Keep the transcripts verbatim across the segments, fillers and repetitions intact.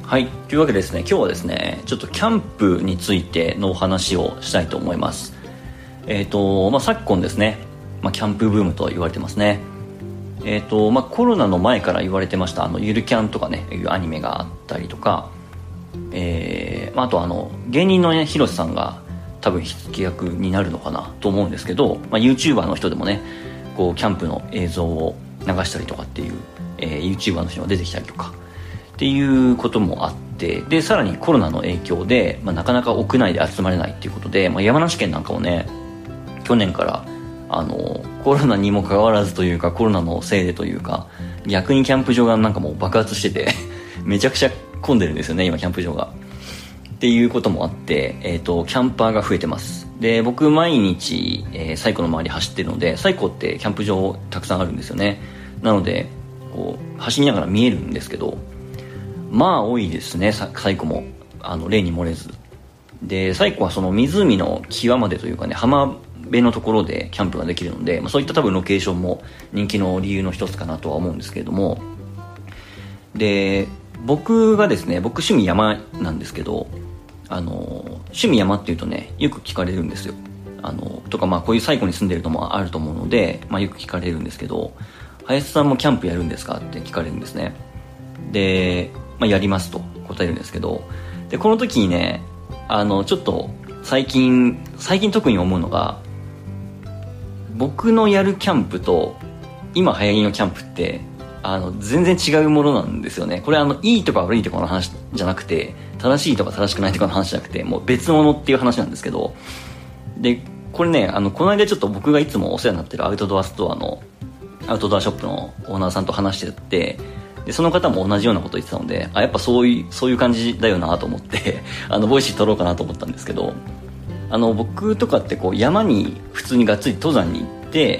はい、というわけでですね、今日はですね、ちょっとキャンプについてのお話をしたいと思います。えっ、ー、と、まあ、昨今ですね、まあ、キャンプブームと言われてますね。えっ、ー、と、まあ、コロナの前から言われてましたあのゆるキャンとかね、いうアニメがあったりとか、えーまあ、あとあの芸人のね、広瀬さんが多分火付け役になるのかなと思うんですけど、まあ、YouTuber の人でもね、こうキャンプの映像を流したりとかっていう、えー、YouTuber の人が出てきたりとかっていうこともあって、でさらにコロナの影響で、まあ、なかなか屋内で集まれないっていうことで、まあ、山梨県なんかもね、去年からあのコロナにもかかわらずというか、コロナのせいでというか、逆にキャンプ場がなんかもう爆発しててめちゃくちゃ混んでるんですよね、今キャンプ場が。っていうこともあって、えーと、キャンパーが増えてます。で、僕毎日、えー、サイコの周り走ってるので、サイコってキャンプ場たくさんあるんですよね。なのでこう走りながら見えるんですけど、まあ多いですね、サイコも。あの例に漏れずで、サイコはその湖の際までというかね、浜辺のところでキャンプができるので、まあ、そういった多分ロケーションも人気の理由の一つかなとは思うんですけれども、で僕がですね、僕趣味山なんですけど、あの趣味山っていうとね、よく聞かれるんですよ。あのとか、まあこういうサイコに住んでるのもあると思うので、まあ、よく聞かれるんですけど、林さんもキャンプやるんですかって聞かれるんですね。で、まあ、やりますと答えるんですけど、でこの時にね、あのちょっと最近最近特に思うのが、僕のやるキャンプと今流行りのキャンプってあの全然違うものなんですよね。これあのいいとか悪いとかの話じゃなくて、正しいとか正しくないとかの話じゃなくて、もう別物っていう話なんですけど、でこれね、あのこの間ちょっと僕がいつもお世話になってるアウトドアストアのアウトドアショップのオーナーさんと話してて、でその方も同じようなこと言ってたので、あ、やっぱそういうそういう感じだよなと思ってあのボイシー撮ろうかなと思ったんですけど、あの僕とかってこう山に普通にがっつり登山に行って、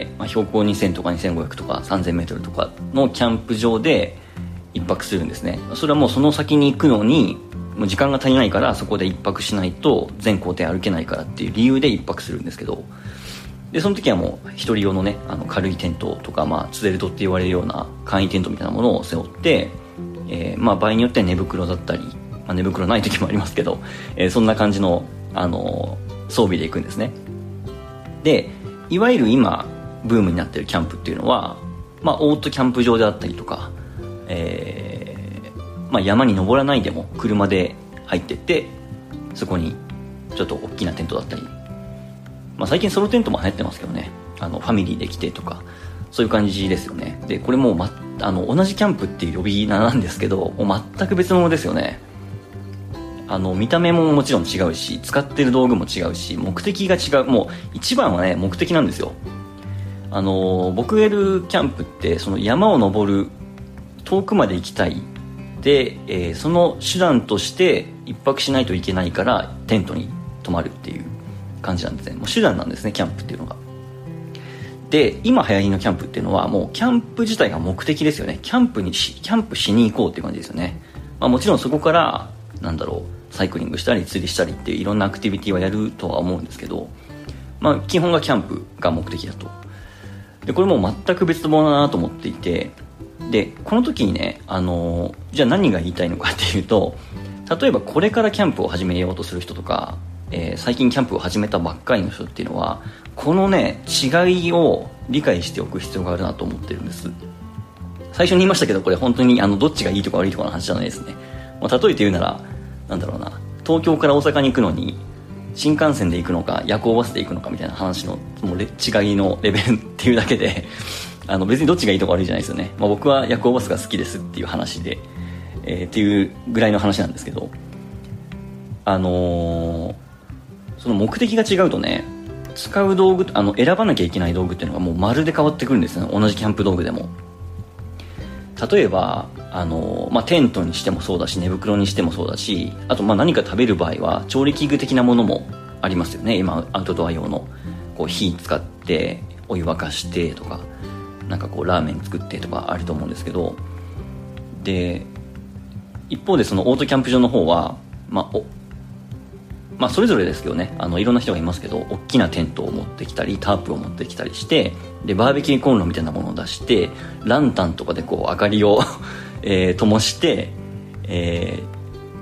まあ、標高にせんとかにせんごひゃくとかさんぜんメートルとかのキャンプ場で一泊するんですね。それはもうその先に行くのにもう時間が足りないから、そこで一泊しないと全行程歩けないからっていう理由で一泊するんですけど、でその時はもう一人用のね、あの軽いテントとか、まあ、ツゼルトって言われるような簡易テントみたいなものを背負って、えーまあ、場合によっては寝袋だったり、まあ、寝袋ない時もありますけど、えー、そんな感じの、あのー、装備で行くんですね。でいわゆる今ブームになってるキャンプっていうのは、まあ、オートキャンプ場であったりとか、えーまあ、山に登らないでも車で入ってって、そこにちょっと大きなテントだったり、まあ、最近ソロテントも流行ってますけどね、あのファミリーで来てとか、そういう感じですよね。でこれもう、ま、あの同じキャンプっていう呼び名なんですけど、もう全く別物ですよね。あの見た目ももちろん違うし、使ってる道具も違うし、目的が違う。もう一番はね、目的なんですよ。あの僕がやるキャンプってその山を登る、遠くまで行きたいで、えー、その手段として一泊しないといけないからテントに泊まるっていう感じなんですね。もう手段なんですね、キャンプっていうのが。で今流行りのキャンプっていうのはもうキャンプ自体が目的ですよね。キャンプにしキャンプしに行こうっていう感じですよね。まあ、もちろんそこからなんだろう、サイクリングしたり釣りしたりっていういろんなアクティビティはやるとは思うんですけど、まあ基本がキャンプが目的だと。でこれもう全く別物だなと思っていて、でこの時にね、あのじゃあ何が言いたいのかっていうと、例えばこれからキャンプを始めようとする人とか、えー、最近キャンプを始めたばっかりの人っていうのは、このね違いを理解しておく必要があるなと思ってるんです。最初に言いましたけど、これ本当にあのどっちがいいとか悪いとかの話じゃないですね。まあ、例えて言うなら、なんだろうな、東京から大阪に行くのに新幹線で行くのか夜行バスで行くのかみたいな話のもう違いのレベルっていうだけであの別にどっちがいいとか悪いじゃないですよね。まあ、僕は夜行バスが好きですっていう話で、えー、っていうぐらいの話なんですけど、あのー、その目的が違うとね、使う道具、あの選ばなきゃいけない道具っていうのがもうまるで変わってくるんですね、同じキャンプ道具でも。例えばあの、まあ、テントにしてもそうだし、寝袋にしてもそうだし、あとまあ何か食べる場合は調理器具的なものもありますよね。今アウトドア用のこう火使ってお湯沸かしてとか、なんかこうラーメン作ってとかあると思うんですけど、で一方でそのオートキャンプ場の方は、まあおまあ、それぞれですけどね、あのいろんな人がいますけど、大きなテントを持ってきたりタープを持ってきたりして、でバーベキューコンロみたいなものを出して、ランタンとかでこう明かりを、えー、灯して、えー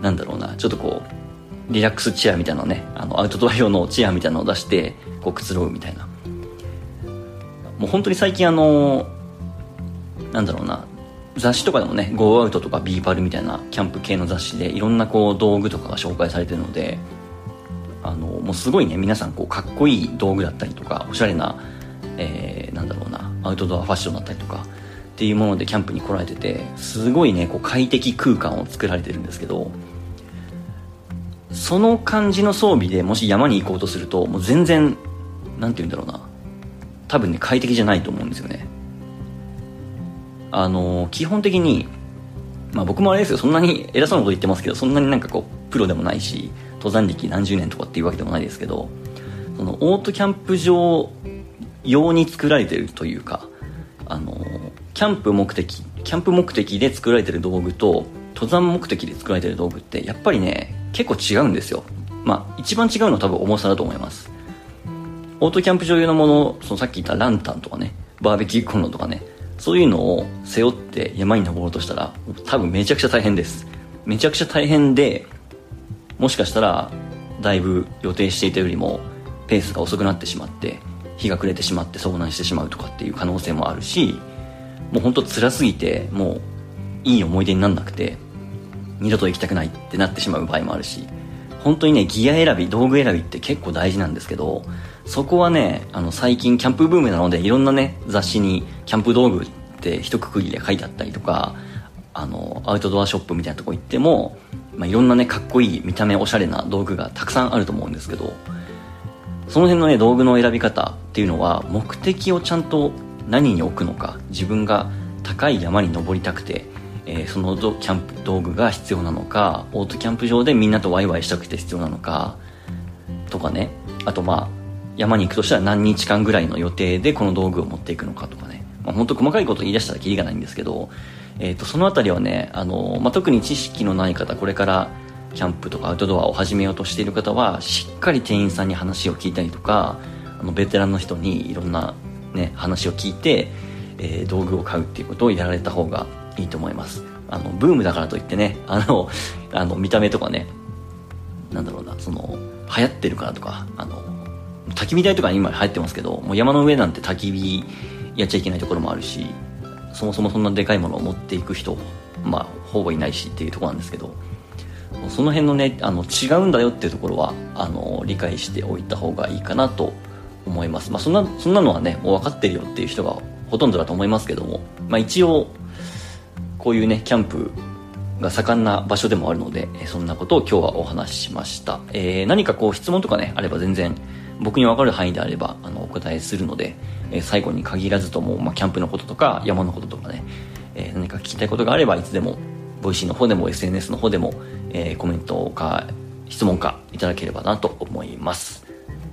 なんだろうな、ちょっとこうリラックスチェアみたいなのね、あのアウトドア用のチェアみたいなのを出してこうくつろぐみたいな。もう本当に最近あのなんだろうな、雑誌とかでもね、ゴーアウトとかビーパルみたいなキャンプ系の雑誌でいろんなこう道具とかが紹介されてるので、あのもうすごいね、皆さんこうかっこいい道具だったりとかおしゃれな、えー、なんだろうな、アウトドアファッションだったりとかっていうものでキャンプに来られてて、すごいねこう快適空間を作られてるんですけど、その感じの装備でもし山に行こうとすると、もう全然なんて言うんだろうな、多分ね快適じゃないと思うんですよね。あの基本的に、まあ僕もあれですよ、そんなに偉そうなこと言ってますけど、そんなになんかこうプロでもないし、登山歴何十年とかっていうわけでもないですけど、そのオートキャンプ場用に作られてるというか、あのキャンプ目的キャンプ目的で作られてる道具と登山目的で作られてる道具ってやっぱりね結構違うんですよ。まあ一番違うのは多分重さだと思います。オートキャンプ場用のもの、そのさっき言ったランタンとかね、バーベキューコンロとかね、そういうのを背負って山に登ろうとしたら多分めちゃくちゃ大変です。めちゃくちゃ大変で、もしかしたらだいぶ予定していたよりもペースが遅くなってしまって日が暮れてしまって遭難してしまうとかっていう可能性もあるし、もうほんと辛すぎてもういい思い出にならなくて二度と行きたくないってなってしまう場合もあるし、本当にねギア選び、道具選びって結構大事なんですけど、そこはね、あの最近キャンプブームなのでいろんなね雑誌にキャンプ道具って一括りで書いてあったりとか、あのアウトドアショップみたいなとこ行っても、まあ、いろんなねかっこいい見た目おしゃれな道具がたくさんあると思うんですけど、その辺のね道具の選び方っていうのは目的をちゃんと何に置くのか、自分が高い山に登りたくて、えー、そのキャンプ道具が必要なのか、オートキャンプ場でみんなとワイワイしたくて必要なのかとかね、あとまあ山に行くとしたら何日間ぐらいの予定でこの道具を持っていくのかとかね、まあ、本当細かいこと言い出したらキリがないんですけど、えー、とそのあたりはね、あの、まあ、特に知識のない方、これからキャンプとかアウトドアを始めようとしている方はしっかり店員さんに話を聞いたりとか、あのベテランの人にいろんな、ね、話を聞いて、えー、道具を買うっていうことをやられた方がいいと思います。あのブームだからといってね、あのあの見た目とかね、なんだろうな、その流行ってるからとか、あの焚き火台とか今流行ってますけど、もう山の上なんて焚き火やっちゃいけないところもあるし、そもそもそんなでかいものを持っていく人、まあほぼいないしっていうところなんですけど、その辺のね、あの違うんだよっていうところはあの理解しておいた方がいいかなと思います。まあそんなそんなのはねもう分かってるよっていう人がほとんどだと思いますけども、まあ一応こういうねキャンプが盛んな場所でもあるので、そんなことを今日はお話ししました。えー、何かこう質問とかねあれば全然僕に分かる範囲であればあのお答えするので、えー、最後に限らずとも、まあ、キャンプのこととか山のこととかね、えー、何か聞きたいことがあればいつでもボイシーの方でも エスエヌエス の方でも、えー、コメントか質問かいただければなと思います。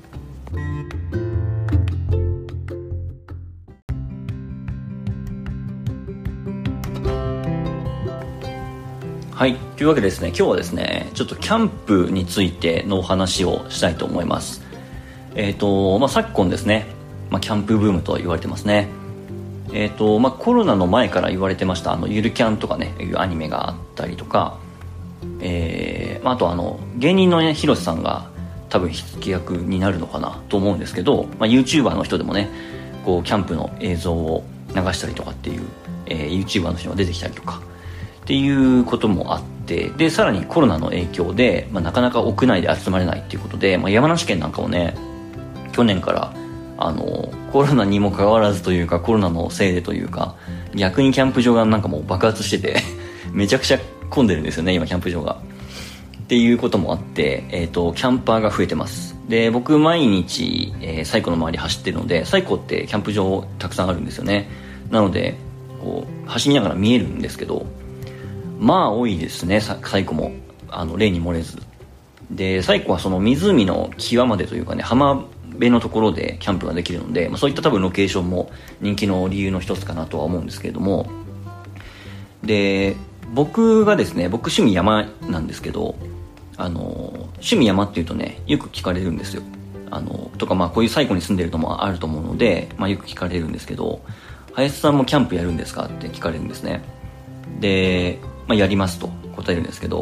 はい、というわけでですね、今日はですねちょっとキャンプについてのお話をしたいと思います。えーとまあ、昨今ですね、まあ、キャンプブームと言われてますね。えーとまあ、コロナの前から言われてましたあのゆるキャンとかねいうアニメがあったりとか、えーまあ、あとあの芸人のねヒロシさんが多分火付け役になるのかなと思うんですけど、まあ、YouTuber の人でもねこうキャンプの映像を流したりとかっていう、えー、YouTuber の人が出てきたりとかっていうこともあって、でさらにコロナの影響で、まあ、なかなか屋内で集まれないっていうことで、まあ、山梨県なんかもね去年からあのコロナにもかかわらずというかコロナのせいでというか逆にキャンプ場がなんかもう爆発しててめちゃくちゃ混んでるんですよね今キャンプ場がっていうこともあって、えーと、キャンパーが増えてます。で僕毎日、えー、サイコの周り走ってるので、サイコってキャンプ場たくさんあるんですよね。なのでこう走りながら見えるんですけど、まあ多いですねサイコも、あの例に漏れずで、サイコはその湖の際までというかね浜辺のところでキャンプができるので、まあ、そういった多分ロケーションも人気の理由の一つかなとは思うんですけれども、で僕がですね僕趣味山なんですけど、あの趣味山っていうとねよく聞かれるんですよ。あのとかまあこういうサイコに住んでるのもあると思うので、まあ、よく聞かれるんですけど、林さんもキャンプやるんですかって聞かれるんですね。で、まあ、やりますと答えるんですけど、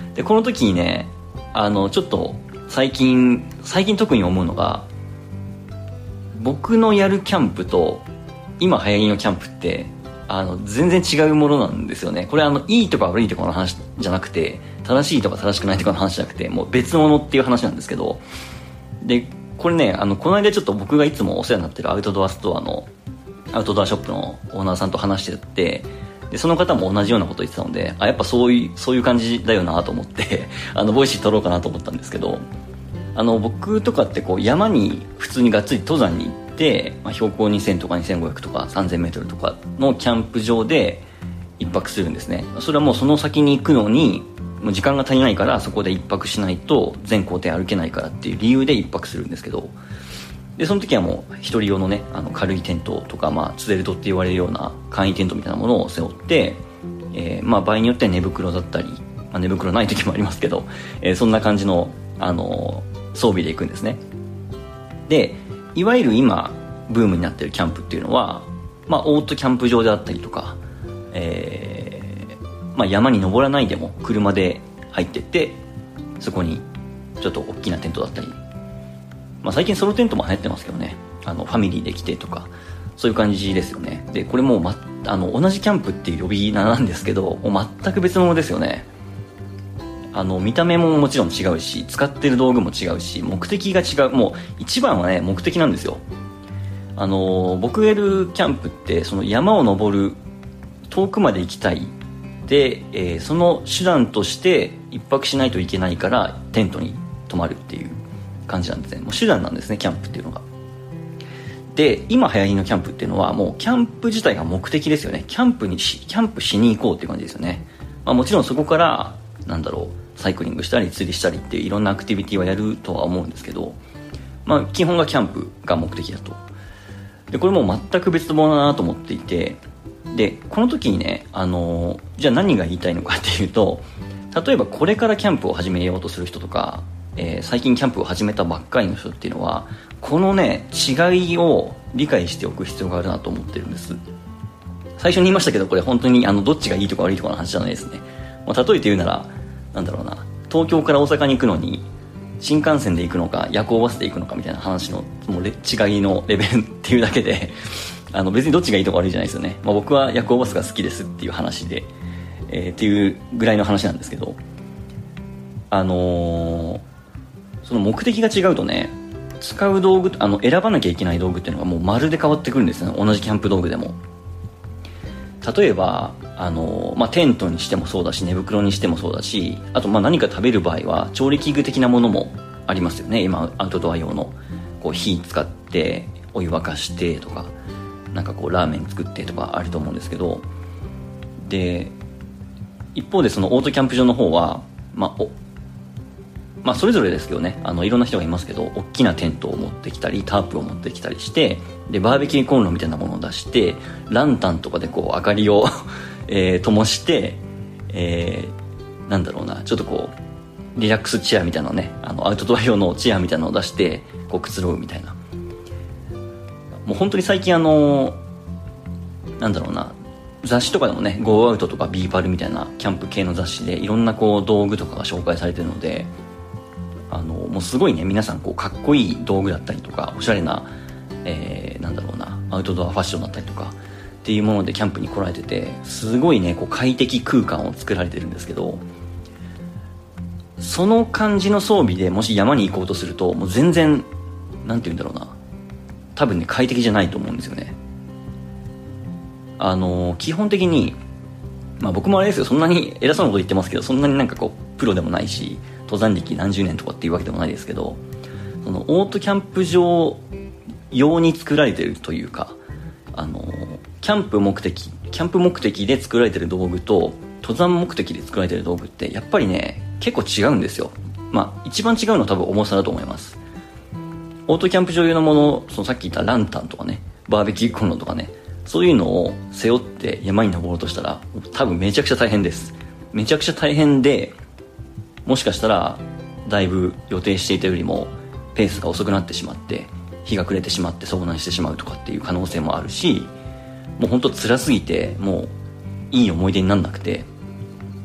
でこの時にね、あのちょっと最近最近特に思うのが、僕のやるキャンプと今流行りのキャンプってあの全然違うものなんですよね。これあのいいとか悪いとかの話じゃなくて、正しいとか正しくないとかの話じゃなくて、もう別物っていう話なんですけど、でこれね、あのこの間ちょっと僕がいつもお世話になってるアウトドアストアのアウトドアショップのオーナーさんと話してて、でその方も同じようなこと言ってたので、あやっぱそういうそういう感じだよなと思ってあのボイシー撮ろうかなと思ったんですけど、あの僕とかってこう山に普通にがっつり登山に行って、まあ、標高にせんとかにせんごひゃくとかさんぜんメートルとかのキャンプ場で一泊するんですね。それはもうその先に行くのにもう時間が足りないから、そこで一泊しないと全行程歩けないからっていう理由で一泊するんですけど、でその時はもう一人用のね、あの軽いテントとか、まあ、ツエルトって言われるような簡易テントみたいなものを背負って、えーまあ、場合によっては寝袋だったり、まあ、寝袋ない時もありますけど、えー、そんな感じの、あのー、装備で行くんですね。でいわゆる今ブームになってるキャンプっていうのは、まあ、オートキャンプ場であったりとか、えーまあ、山に登らないでも車で入ってってそこにちょっと大きなテントだったり、まあ、最近ソロテントも流行ってますけどね、あのファミリーで来てとかそういう感じですよね。でこれもう、ま、あの同じキャンプっていう呼び名なんですけど、もう全く別物ですよね。あの見た目ももちろん違うし、使ってる道具も違うし、目的が違う。もう一番はね目的なんですよ。あの僕がやるキャンプってその山を登る、遠くまで行きたいで、えー、その手段として一泊しないといけないからテントに泊まるっていう感じなんですね。もう手段なんですね、キャンプっていうのが。で今流行りのキャンプっていうのはもうキャンプ自体が目的ですよね。キャンプにしキャンプしに行こうっていう感じですよね。まあ、もちろんそこからなんだろう、サイクリングしたり釣りしたりっていういろんなアクティビティはやるとは思うんですけど、まあ基本がキャンプが目的だと。でこれも全く別物だなと思っていて、でこの時にね、あのー、じゃあ何が言いたいのかっていうと、例えばこれからキャンプを始めようとする人とか、えー、最近キャンプを始めたばっかりの人っていうのはこのね違いを理解しておく必要があるなと思ってるんです。最初に言いましたけど、これ本当にあのどっちがいいとか悪いとかの話じゃないですね。まあ、例えて言うならなんだろうな、東京から大阪に行くのに新幹線で行くのか夜行バスで行くのかみたいな話のもう違いのレベルっていうだけであの別にどっちがいいとか悪いじゃないですよね。まあ、僕は夜行バスが好きですっていう話で、えー、っていうぐらいの話なんですけど、あのー、その目的が違うとね、使う道具、あの選ばなきゃいけない道具っていうのがもうまるで変わってくるんですよね。同じキャンプ道具でも。例えばあの、まあ、テントにしてもそうだし寝袋にしてもそうだし、あとまあ何か食べる場合は調理器具的なものもありますよね。今アウトドア用のこう火使ってお湯沸かしてとか、なんかこうラーメン作ってとかあると思うんですけど、で一方でそのオートキャンプ場の方は、まあおまあ、それぞれですけどね、あのいろんな人がいますけど、大きなテントを持ってきたりタープを持ってきたりして、でバーベキューコンロみたいなものを出してランタンとかでこう明かりを、えー、灯して、えー、なんだろうな、ちょっとこうリラックスチェアみたいなのね、あのアウトドア用のチェアみたいなのを出してこうくつろぐみたいな。もう本当に最近あのなんだろうな、雑誌とかでもね ゴーアウトとか ビーパルみたいなキャンプ系の雑誌でいろんなこう道具とかが紹介されてるので、あのもうすごいね皆さんこうかっこいい道具だったりとかおしゃれな、えー、なんだろうなアウトドアファッションだったりとかっていうものでキャンプに来られてて、すごいねこう快適空間を作られてるんですけど、その感じの装備でもし山に行こうとするともう全然なんて言うんだろうな、多分ね快適じゃないと思うんですよね。あの基本的にまあ僕もあれですよ、そんなに偉そうなこと言ってますけど、そんなになんかこうプロでもないし登山歴何十年とかっていうわけでもないですけど、そのオートキャンプ場用に作られてるというか、あのキャンプ目的キャンプ目的で作られてる道具と登山目的で作られてる道具ってやっぱりね結構違うんですよ。まあ一番違うのは多分重さだと思います。オートキャンプ場用のもの、そのさっき言ったランタンとかね、バーベキューコンロとかね、そういうのを背負って山に登ろうとしたら多分めちゃくちゃ大変です。めちゃくちゃ大変で、もしかしたらだいぶ予定していたよりもペースが遅くなってしまって日が暮れてしまって遭難してしまうとかっていう可能性もあるし、もうほんと辛すぎてもういい思い出になんなくて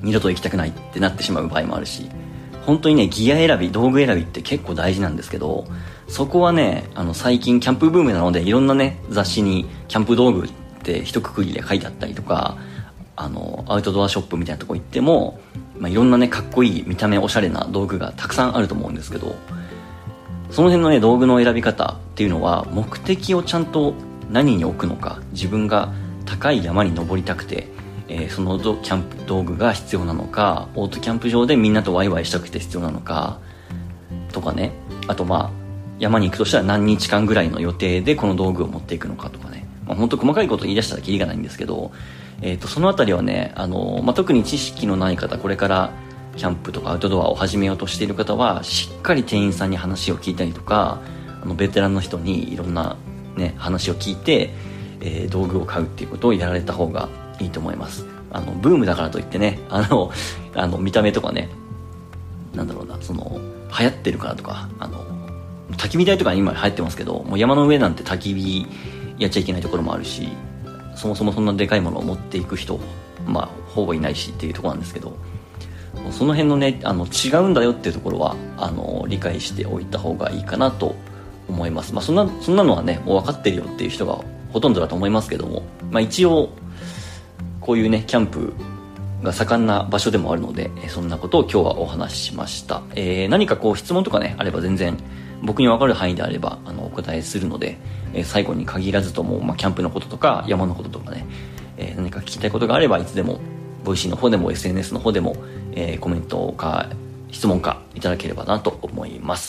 二度と行きたくないってなってしまう場合もあるし、本当にねギア選び道具選びって結構大事なんですけど、そこはねあの最近キャンプブームなのでいろんなね雑誌にキャンプ道具って一括りで書いてあったりとか、あのアウトドアショップみたいなとこ行っても、まあ、いろんなねかっこいい見た目おしゃれな道具がたくさんあると思うんですけど、その辺のね道具の選び方っていうのは目的をちゃんと何に置くのか、自分が高い山に登りたくて、えー、そのキャンプ道具が必要なのか、オートキャンプ場でみんなとワイワイしたくて必要なのかとかね、あとまあ山に行くとしたら何日間ぐらいの予定でこの道具を持っていくのかとかね、まあ、本当細かいこと言い出したらキリがないんですけど、えー、とそのあたりはね、あの、まあ、特に知識のない方、これからキャンプとかアウトドアを始めようとしている方はしっかり店員さんに話を聞いたりとか、あのベテランの人にいろんな、ね、話を聞いて、えー、道具を買うっていうことをやられた方がいいと思います。あのブームだからといってね、あのあの見た目とかね、なんだろうな、その流行ってるからとか、あの焚き火台とか今流行ってますけど、もう山の上なんて焚き火やっちゃいけないところもあるし、そもそもそんなでかいものを持っていく人、まあほぼいないしっていうところなんですけど、その辺のねあの違うんだよっていうところはあの理解しておいた方がいいかなと思います。まあそんなそんなのはねもう分かってるよっていう人がほとんどだと思いますけども、まあ一応こういうねキャンプが盛んな場所でもあるので、そんなことを今日はお話ししました。えー、何かこう質問とかねあれば全然僕に分かる範囲であればあのお答えするので、えー、最後に限らずとも、まあ、キャンプのこととか山のこととかね、えー、何か聞きたいことがあればいつでもボイシーの方でも エスエヌエス の方でも、えー、コメントか質問かいただければなと思います。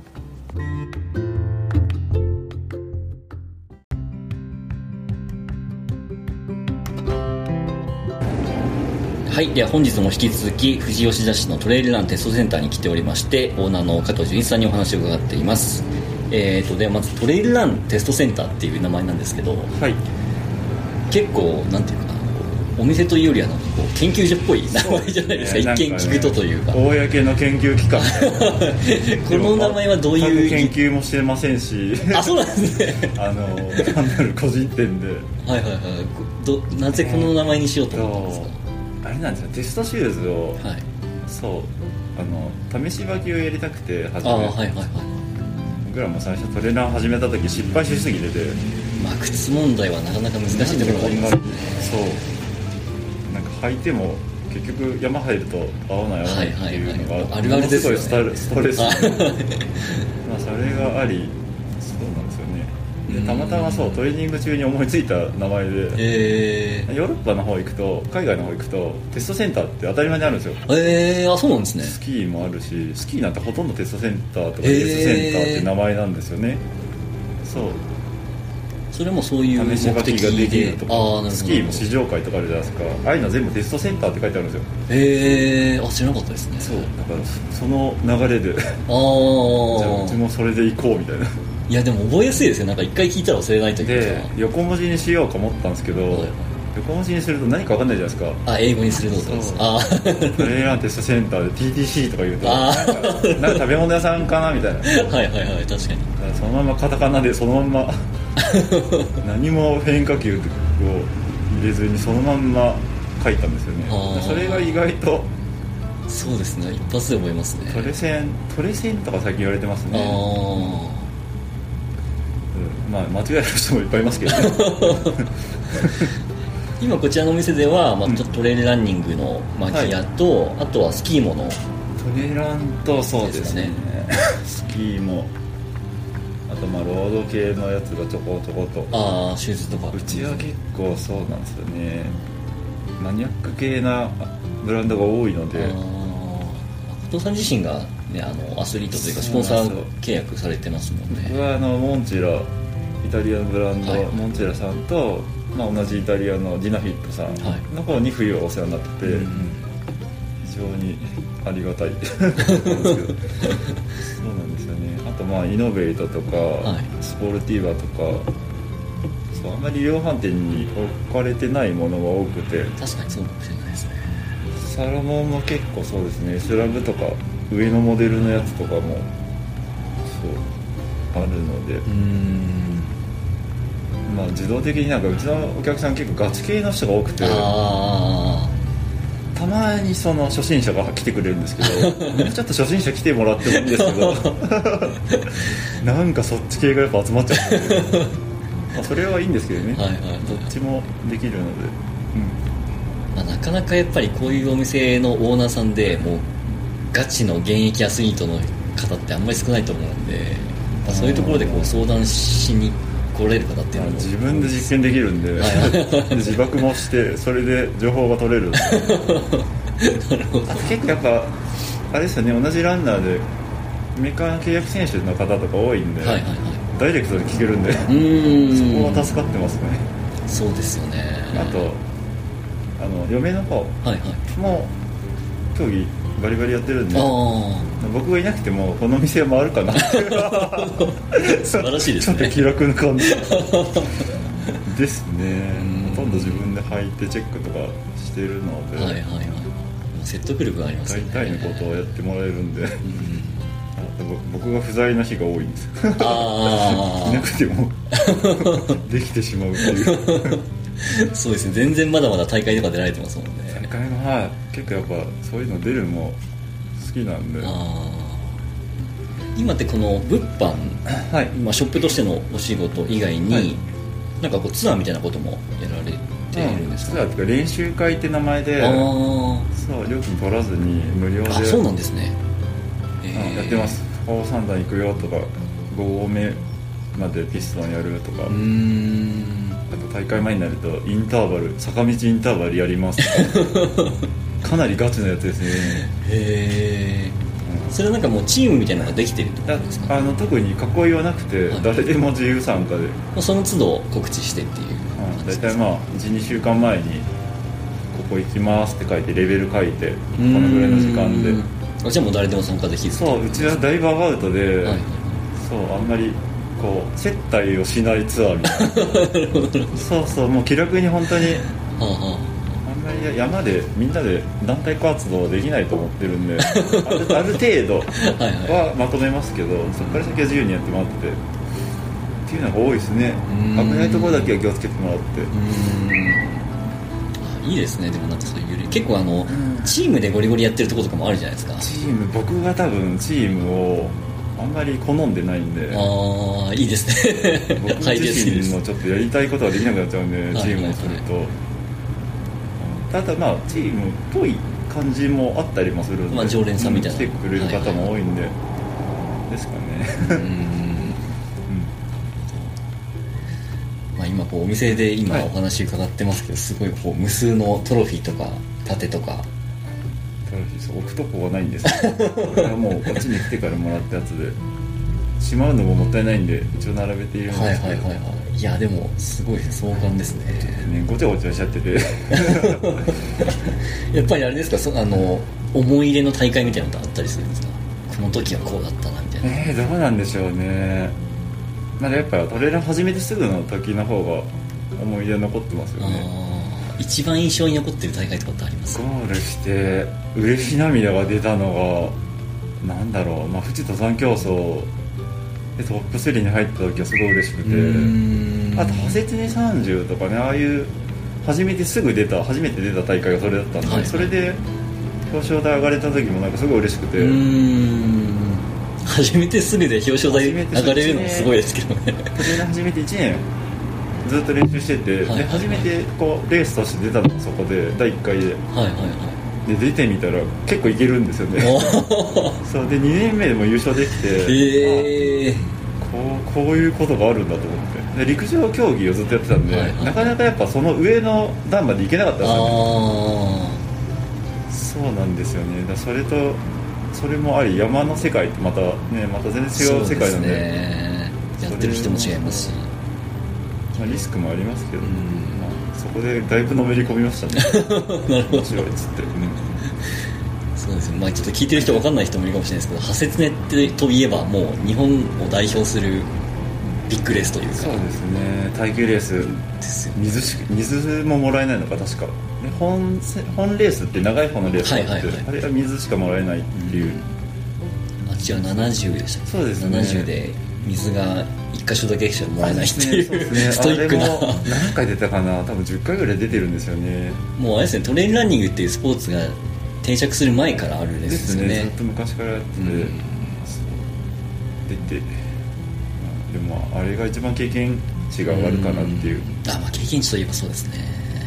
はい、では本日も引き続き富士吉田市のトレイルランテストセンターに来ておりまして、オーナーの加藤純一さんにお話を伺っています。えーとではまずトレイルランテストセンターっていう名前なんですけど、はい、結構なんていうかな、お店というよりはなんかこう研究所っぽい名前じゃないですか、ね、一見聞くとというか、 公の研究機関この名前はどういう研究もしてませんしあ、そうなんですねあの単なる個人店で、 はいはいはい、どなぜこの名前にしようと思ったんですか？ あれなんですよ、テストシューズを、はい、そうあの試し履きをやりたくて始め、あ、はいはいはい、僕らも最初トレーナー始めた時失敗しすぎてて、 まあ靴問題はなかなか難しいところがありますね。そうなんか履いても結局山入ると合わない合わないっていうのが、はいはいはい、 あるあるですよね。 すごいストレスまあそれがあり、そうなんですよね。でたまたまそうトレーニング中に思いついた名前で、えー、ヨーロッパの方行くと海外の方行くとテストセンターって当たり前にあるんですよ。 えー、あ、そうなんですね。 スキーもあるし、スキーなんてほとんどテストセンターとかテストセンターって名前なんですよね。そうそれもそういう目的で試し履きができるとか、 あ、スキーも試乗会とかあるじゃないですか、ああいうの全部テストセンターって書いてあるんですよ。 へえー、あ、知らなかったですね。 そうだからその流れであじゃあうちもそれで行こうみたいな。 いやでも覚えやすいですよ、なんか一回聞いたら忘れないというか。 で横文字にしようと思ったんですけど、はい、横文字にすると何か分かんないじゃないですか。 あ、英語にするとです。あトレーランテストセンターで ティーティーシー とか言うとなんかなんか食べ物屋さんかなみたいなはいはいはい、確かに。 そのままカタカナでそのまんま何も変化球を入れずにそのまんま書いたんですよね。それが意外とそうですね、一発で覚えますね。 トレセントレセンとか最近言われてますね。あ、まあ、間違える人もいっぱいいますけどね今こちらのお店では、まあ、ちょっとトレイルランニングの巻き屋と、はい、あとはスキーモのトレランとそうですねスキーもあとまあロード系のやつがちょこちょこと、 あ、シューズとかうちは結構そうなんですよね、マニアック系なブランドが多いので。 加藤さん自身が、ね、あのアスリートというかスポンサー契約されてますもんね。 僕はあのモンチェライタリアのブランド、はい、モンチェラさんと、まあ、同じイタリアのディナフィットさんの方に冬はお世話になってて、はい、非常にありがたいそうなんですけどそうなんですよね。あとまあイノベートとか、はい、スポルティーバとか、そうあんまり量販店に置かれてないものが多くて。 確かにそうかもしれないですね。 サロモンも結構そうですね、スラブとか上のモデルのやつとかもそうあるので、うーん、まあ自動的になんかうちのお客さん結構ガチ系の人が多くて、あ、 たまにその初心者が来てくれるんですけどもうちょっと初心者来てもらってもいいんですけどなんかそっち系がやっぱ集まっちゃってまあそれはいいんですけどね、はいはいはい、どっちもできるので、 うんまあ、なかなかやっぱりこういうお店のオーナーさんでもうガチの現役アスリートの方ってあんまり少ないと思うんで、まあ、そういうところでこう相談しに来れる方っていうのも自分で実験できるんで、はい、自爆もしてそれで情報が取れるなるほど。あと結構やっぱあれですよね、同じランナーでメーカーの契約選手の方とか多いんで、はいはいはい、ダイレクトで聞けるんでうーんそこは助かってますね。 そうですよね。 あとあの嫁の方も、はいはい、競技バリバリやってるんで、僕がいなくてもこの店は回るかなって素晴らしいですね。 ちょっと気楽な感じですね。ほとんど自分で履いてチェックとかしてるので、はいはいはい、 説得力がありますね。 大体のことをやってもらえるんで、うん、僕が不在の日が多いんですあいなくてもできてしまうっていうそうですね、全然まだまだ大会とか出られてますもんね。 大会の、はい、結構やっぱそういうの出るのも好きなんで。 あ今ってこの物販、はいまあ、ショップとしてのお仕事以外に、はい、なんかこうツアーみたいなこともやられているんですか？ ツアーとか練習会って名前で、あそう料金取らずに無料で。 あそうなんですね、 えー、やってます。高さん段行くよとかご合目までピストンやるとか、うーんあと大会前になるとインターバル坂道インターバルやりますとかかなりガチなやつですね。 へえ、うん、それはなんかもうチームみたいなのができてるってことですか？ あの特に囲いはなくて、はい、誰でも自由参加で、まあ、その都度告知してっていう、 うん、大体まあ いち,に 週間前にここ行きますって書いてレベル書いてこのぐらいの時間で。 あじゃあもう誰でも参加できる。 そううちはだいぶアバウトで、はい、そうあんまりこう接待をしないツアーみたいなそうそうもう気楽に本当にはあ、はあ、あんまり山でみんなで団体活動できないと思ってるんである、ある程度はまとめますけどそこから先は自由にやってもらってっていうのが多いですね。危ないところだけは気をつけてもらって。うーんいいですね。でもなんかそういう結構あの、うん、チームでゴリゴリやってるところとかもあるじゃないですか。 チーム僕が多分チームをあんまり好んでないんで。 ああいいですね僕自身のちょっとやりたいことができなくなっちゃうんでチームをすると、はいはいはい、ただまあチームっぽい感じもあったりもするんで、 まあ、常連さんみたいな来てくれる方も多いんで、はいはい、ですかねうん、うんまあ、今こうお店で今お話伺ってますけど、はい、すごいこう無数のトロフィーとか盾とかトロフィー置くとこがないんですこれはもうこっちに来てからもらったやつでしまうのももったいないんで一応並べているんですけど、はいはいはいはい、いやでもすごい壮観ですね。 ねごちゃごちゃしちゃっててやっぱりあれですかそあの思い入れの大会みたいなのってあったりするんですか？この時はこうだったなみたいな。 えー、どうなんでしょうね。まだやっぱトレーラー始めてすぐの時の方が思い出残ってますよね。 あ一番印象に残ってる大会とかってあります？ ゴールして嬉し涙が出たのがなんだろう、まあ、富士登山競争でトップスリーに入った時はすごい嬉しくて、あと派切ねさんじゅうとかね、ああいう初めてすぐ出た初めて出た大会がそれだったんで、はいはい、それで表彰台上がれた時もなんかすごい嬉しくて、うーん初めてすぐで表彰台上がれるのもすごいですけどね。 それで初めていちねんずっと練習してて、はいはいはい、で初めてこうレースとして出たのがそこでだいいっかいで、はいはいはい、で出てみたら結構いけるんですよねそうでにねんめでも優勝できて、へえこう、こういうことがあるんだと思って、で陸上競技をずっとやってたんで、はいはい、なかなかやっぱその上の段までいけなかったんですよね。そうなんですよね。だそれとそれもあり山の世界ってまたねまた全然違う世界なんで、 ね、やってる人も違いますし、 まあ、リスクもありますけど、うんまあ、そこでだいぶのめり込みましたねなるほど面白いっつって、うん、 そうですね、まあ、ちょっと聞いてる人分かんない人もいるかもしれないですけど、派切ねってといえばもう日本を代表するビッグレースというか。 そうですね、耐久レースですよ、ね、水し水ももらえないのか確か、ね、本, 本レースって長い方のレースがあって、はいはいはい、あれは水しかもらえないっていう、 うん、あっちはななじゅうでしたっけ。 そうですね、 ななじゅうで水が一箇所だけしかもらえないっていう、ねね、ストイックな。 何回出たかな、多分じゅっかいぐらい出てるんですよね。 もうあれですね、トレイルランニングっていうスポーツが定着する前からあるんですよね。 ですね、ずっと昔からやってて、うん、出て、でもあれが一番経験値が上がるかなっていう、うん、 あ、まあ経験値といえばそうですね。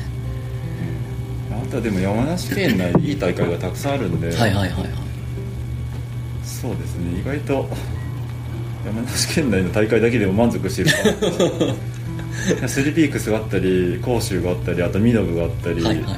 あとはでも山梨県内でいい大会がたくさんあるんではいはいはいはい、そうですね、意外と山梨県内の大会だけでも満足してるかスリーピークスがあったり甲州があったり、あと身延があったり、はいはいはい、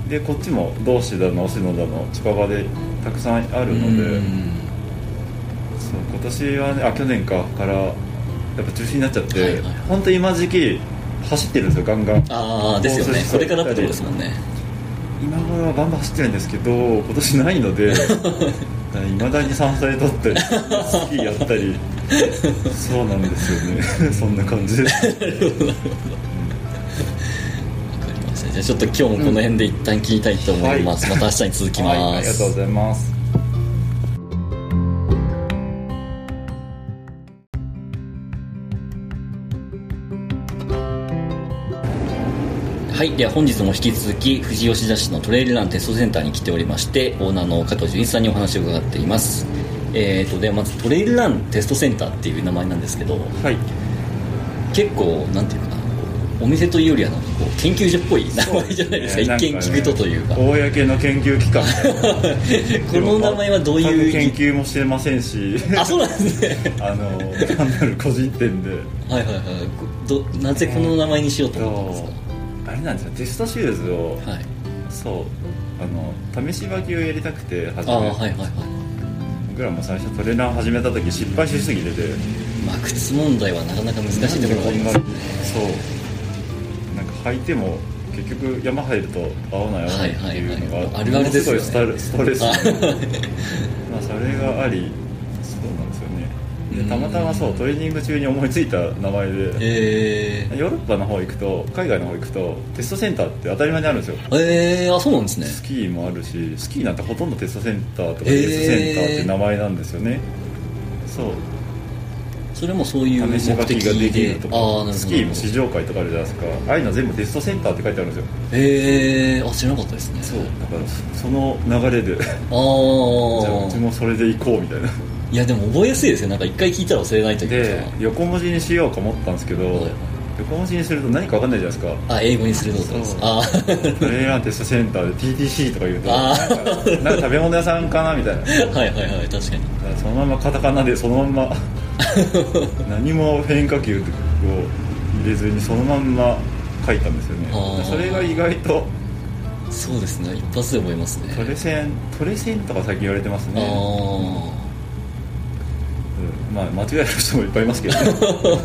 でこっちも道志だの押野だの近場でたくさんあるので、そう今年はね、あ去年かからやっぱ中止になっちゃって、はいはいはい、本当に今時期走ってるんですよ、ガンガン。 ああですよね、これからってことですもんね。 今頃はバンバン走ってるんですけど、今年ないのでいまだに山菜取ったりスキーやったりそうなんですよねそんな感じでなるほどなるほど、分かりました。じゃあちょっと今日もこの辺で一旦切りたいと思います、うんはい、また明日に続きます、はい、ありがとうございます。 はい、では本日も引き続き富士吉田市のトレイルランテストセンターに来ておりまして、オーナーの加藤純一さんにお話を伺っています。えーとではまずトレイルランテストセンターっていう名前なんですけど、はい、結構なんていうかな、お店というよりはなんかこう研究所っぽい名前じゃないですか、ね、一見聞くとというか、 公の研究機関この名前はどういう研究もしてませんしあ、そうなんですねあの単なる個人店ではいはいはい、どなぜこの名前にしようと思ったんですか。 あれなんですよ、テストシューズを、はい、そうあの試し履きをやりたくて始め、あ、はいはいはい、僕らも最初トレーナー始めた時失敗しすぎてて、 まあ靴問題はなかなか難しいところがありますね。 そうなんか履いても結局山入ると合わない合わないっていうのが、はいはいはい、あるあるですよね、すごいストレスまあそれがあり、そうなんですよね。でたまたまそうトレーニング中に思いついた名前で、えー、ヨーロッパの方行くと海外の方行くとテストセンターって当たり前にあるんですよ。 えー、あ、そうなんですね。 スキーもあるし、スキーなんてほとんどテストセンターとかテストセンターって名前なんですよね、えー、そうそれもそういう目的で試し履きができるとか、 あ、スキーも試乗会とかあるじゃないですか、ああいうの全部テストセンターって書いてあるんですよ。 へえー、あ、知らなかったですね。 そうだからその流れであじゃあうちもそれで行こうみたいな。 いやでも覚えやすいですよ、なんか一回聞いたら忘れないというか。 で横文字にしようと思ったんですけど、はいはい、横文字にすると何か分かんないじゃないですか。 あ、英語にするとですか。あトレーランテストセンターで ティーティーシー とか言うとなんか、なんか食べ物屋さんかなみたいなはいはいはい、確かに。そのままカタカナでそのまんま何も変化球を入れずにそのまんま書いたんですよね。それが意外とそうですね、一発で覚えますね。 トレセントレセンとか最近言われてますね。あまあ、間違える人もいっぱいいますけど、ね、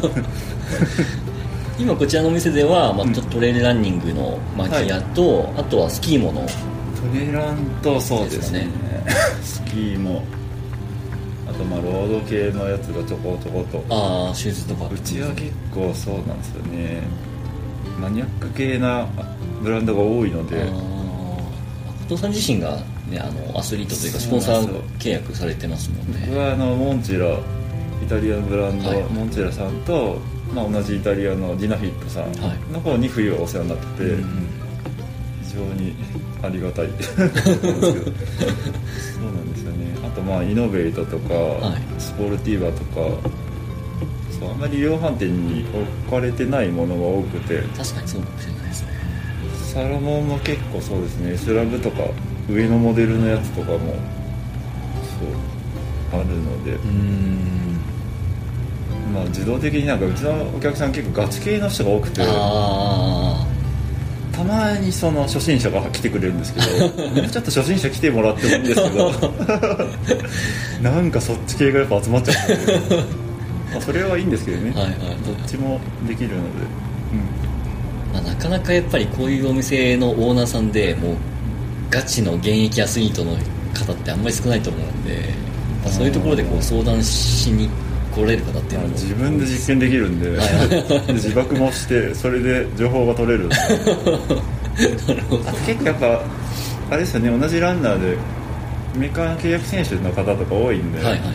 今こちらのお店では、まあ、トレイルランニングの巻き屋と、はい、あとはスキーモのトレイランとそうですねスキーもあとまあロード系のやつがちょこちょこと、 ああシューズとかうちは結構そうなんですよね、マニアック系なブランドが多いので。 加藤さん自身が、ね、あのアスリートというかスポンサー契約されてますもんね。 僕はあのモンチェライタリアのブランド、はい、モンチェラさんと、まあ、同じイタリアのディナフィットさんの方に冬はお世話になってて、はい、非常にありがたいなんですけどそうなんですよね。あとまあイノベートとか、はい、スポルティーバとかそうあんまり量販店に置かれてないものが多くて、 確かにそうかもしれないですね。 サロモンも結構そうですね、スラブとか上のモデルのやつとかもそうあるので、うーん、まあ自動的になんかうちのお客さん結構ガチ系の人が多くて、あたまにその初心者が来てくれるんですけどもうちょっと初心者来てもらってもいいんですけどなんかそっち系がやっぱ集まっちゃってまあそれはいいんですけどね、はいはいはい、どっちもできるので、うん、 まあ、なかなかやっぱりこういうお店のオーナーさんでもうガチの現役アスリートの方ってあんまり少ないと思うんで、まあ、そういうところでこう相談しに来れる方っていうのも自分で実験できるんで自爆もしてそれで情報が取れるなるほど。あと結構やっぱあれですよね、同じランナーでメーカーの契約選手の方とか多いんで、はいはいはい、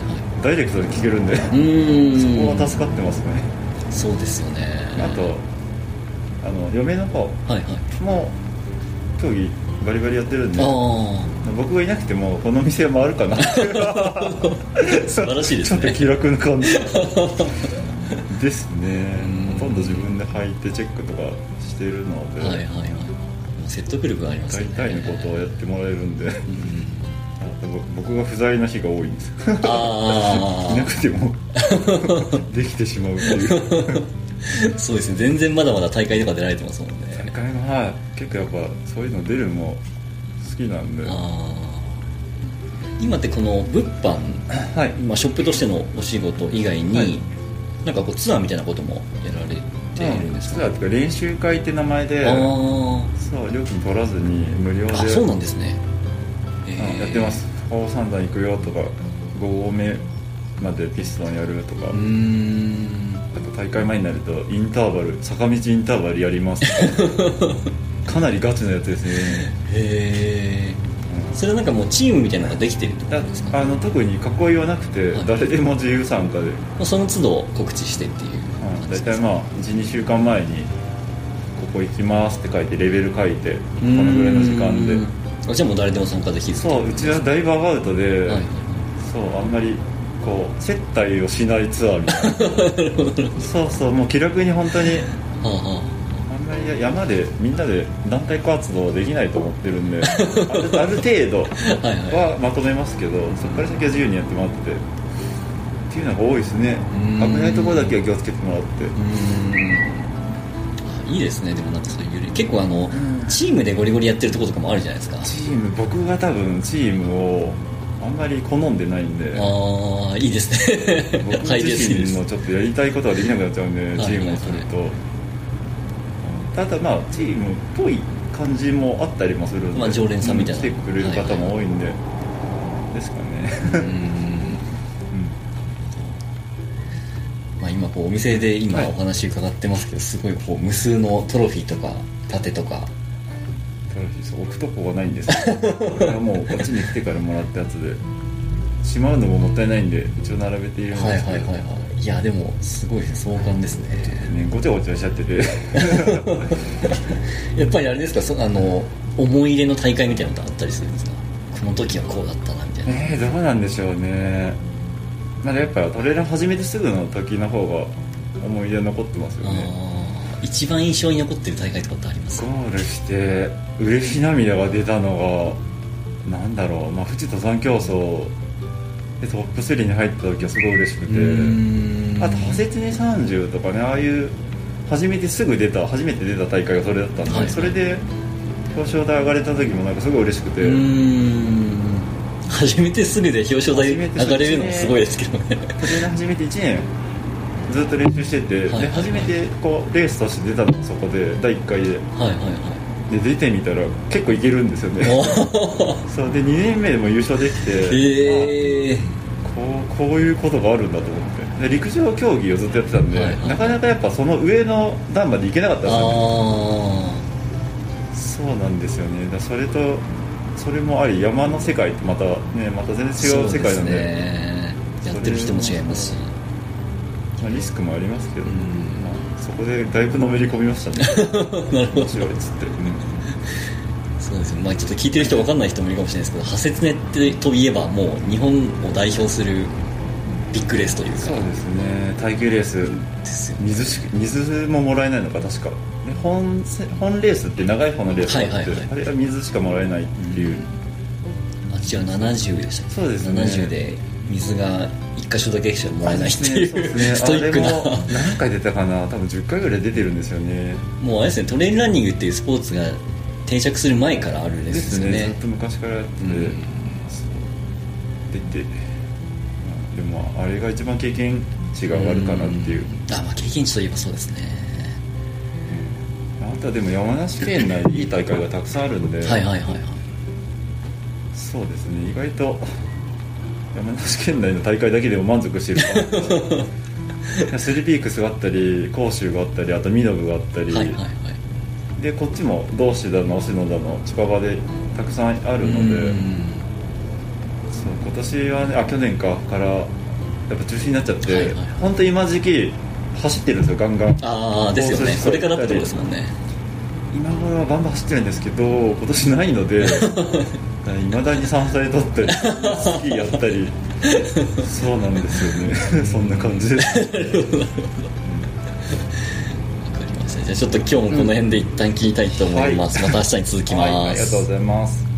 ダイレクトで聞けるんで、うーんそこは助かってますね。 そうですよね。 あとあの嫁の方も、はいはい、競技バリバリやってるんで、あ僕がいなくてもこの店は回るかなって素晴らしいですね。 ちょっと気楽な感じですね。ほとんど自分で履いてチェックとかしてるので、はいはいはい、 説得力がありますね。 大体のことをやってもらえるんで、うん、僕が不在の日が多いんですあいなくてもできてしまうっていうそうですね。全然まだまだ大会とか出られてますもんね。 大会もはい結構やっぱそういうの出るのも好きなんで。あ今ってこの物販、はいまあ、ショップとしてのお仕事以外に、はい、なんかこうツアーみたいなこともやられているんですか？ ツアーとか練習会って名前で、あそう料金取らずに無料で。 あそうなんですね、 えー、やってます。高さん段行くよとかご合目までピストンやるとか、うーんあと大会前になるとインターバル坂道インターバルやりますとかかなりガチなやつですね。へーそれはなんかもうチームみたいなのができてるってことですか？ あの特に囲いはなくて、はい、誰でも自由参加で、まあ、その都度告知してっていう、 うん、大体まあ いち,に 週間前にここ行きますって書いてレベル書いてこのぐらいの時間で。 あじゃあもう誰でも参加できる。 そううちはだいぶアバウトで、はい、そうあんまりこう接待をしないツアーみたいなそうそうもう気楽に本当にはあ、はああんまり山でみんなで団体活動できないと思ってるんである、ある程度はまとめますけどはい、はい、そこから先は自由にやってもらってっていうのが多いですね。危ないところだけは気をつけてもらって。 うーんいいですね。でもなんかそういう結構あのチームでゴリゴリやってるところとかもあるじゃないですか。 チーム僕が多分チームをあんまり好んでないんで。 ああいいですね僕自身のちょっとやりたいことができなくなっちゃうんでチームをすると、はいはいはいただまあチームっぽい感じもあったりもするんで、 まあ、常連さんみたいな来てくれる方も多いんで、はいはい、ですかねうん、 まあ、今こうお店で今お話伺ってますけど、はい、すごいこう無数のトロフィーとか盾とかトロフィー置くとこがないんですこれはもうこっちに来てからもらったやつでしまうのももったいないんで一応並べているんですけど、はいはいはいはい、 いやでもすごいですね壮観ですね。 ねごちゃごちゃしちゃっててやっぱりあれですかそあの思い入れの大会みたいなのってあったりするんですか？この時はこうだったなみたいな。 えー、どうなんでしょうね。まだやっぱトレーラー始めてすぐの時の方が思い出残ってますよね。 あ一番印象に残ってる大会とかってあります？ ゴールして嬉し涙が出たのがなんだろう、まあ、富士登山競争でトップスリーに入った時はすごい嬉しくて、あとハセツネさんじゅうとかねああいう初めてすぐ出た初めて出た大会がそれだったんで、はいはい、それで表彰台上がれた時もなんかすごい嬉しくて。うーん初めてすぐで表彰台上がれるのもすごいですけどね。 初めていちねんずっと練習してて、はいはいはい、で初めてこうレースとして出たのそこでだいいっかいで、はいはいはい、で出てみたら結構いけるんですよねそうでにねんめでも優勝できて、えー、こう、こういうことがあるんだと思ってで陸上競技をずっとやってたんで、はいはい、なかなかやっぱその上の段までいけなかったんですよね。そうなんですよね。だそれとそれもあり山の世界ってまたねまた全然違う世界なんで、 ね、やってる人も違いますし、 まあ、リスクもありますけど、うんまあ、そこでだいぶのめり込みましたねなるほど面白いっつって、うん、 そうですね、まあ、ちょっと聞いてる人分かんない人もいるかもしれないですけどハセツネってといえばもう日本を代表するビッグレースというかそうですね耐久レースですよ、ね、水, し水ももらえないのか確か本, 本レースって長い方のレースがあって、はいはいはい、あれは水しかもらえないっていう、 うん、あっちはななじゅうでしたっけ。 そうですねななじゅうで水がいっ箇所だけしかもらえないっていう、ねね、ストイックな。 あれも何回出たかな多分じゅっかいぐらい出てるんですよね。 もうあれですねトレインランニングっていうスポーツが定着する前からあるんですよね。 ですねずっと昔からやってて、うん、出てでもあれが一番経験値が上がるかなっていう、 うん、あ、まあ経験値といえばそうですね。 あとはでも山梨県内いい大会がたくさんあるんではいはいはいはいそうですね意外と山梨県内の大会だけでも満足してるかスリーピークスがあったり甲州があったりあとミノブがあったり、はいはいはい、でこっちも道志だの押野だの近場でたくさんあるのでそう今年はねあ去年かからやっぱ中止になっちゃって、はいはいはい、本当に今時期走ってるんですよガンガン。 ああですよね、これからってことですもんね。 今頃はバンバン走ってるんですけど今年ないのでいまだに山菜取ったりスキーやったりそうなんですよねそんな感じですわかりました。じゃあちょっと今日もこの辺で一旦切りたいと思います、うん、また明日に続きます、 はい、ありがとうございます。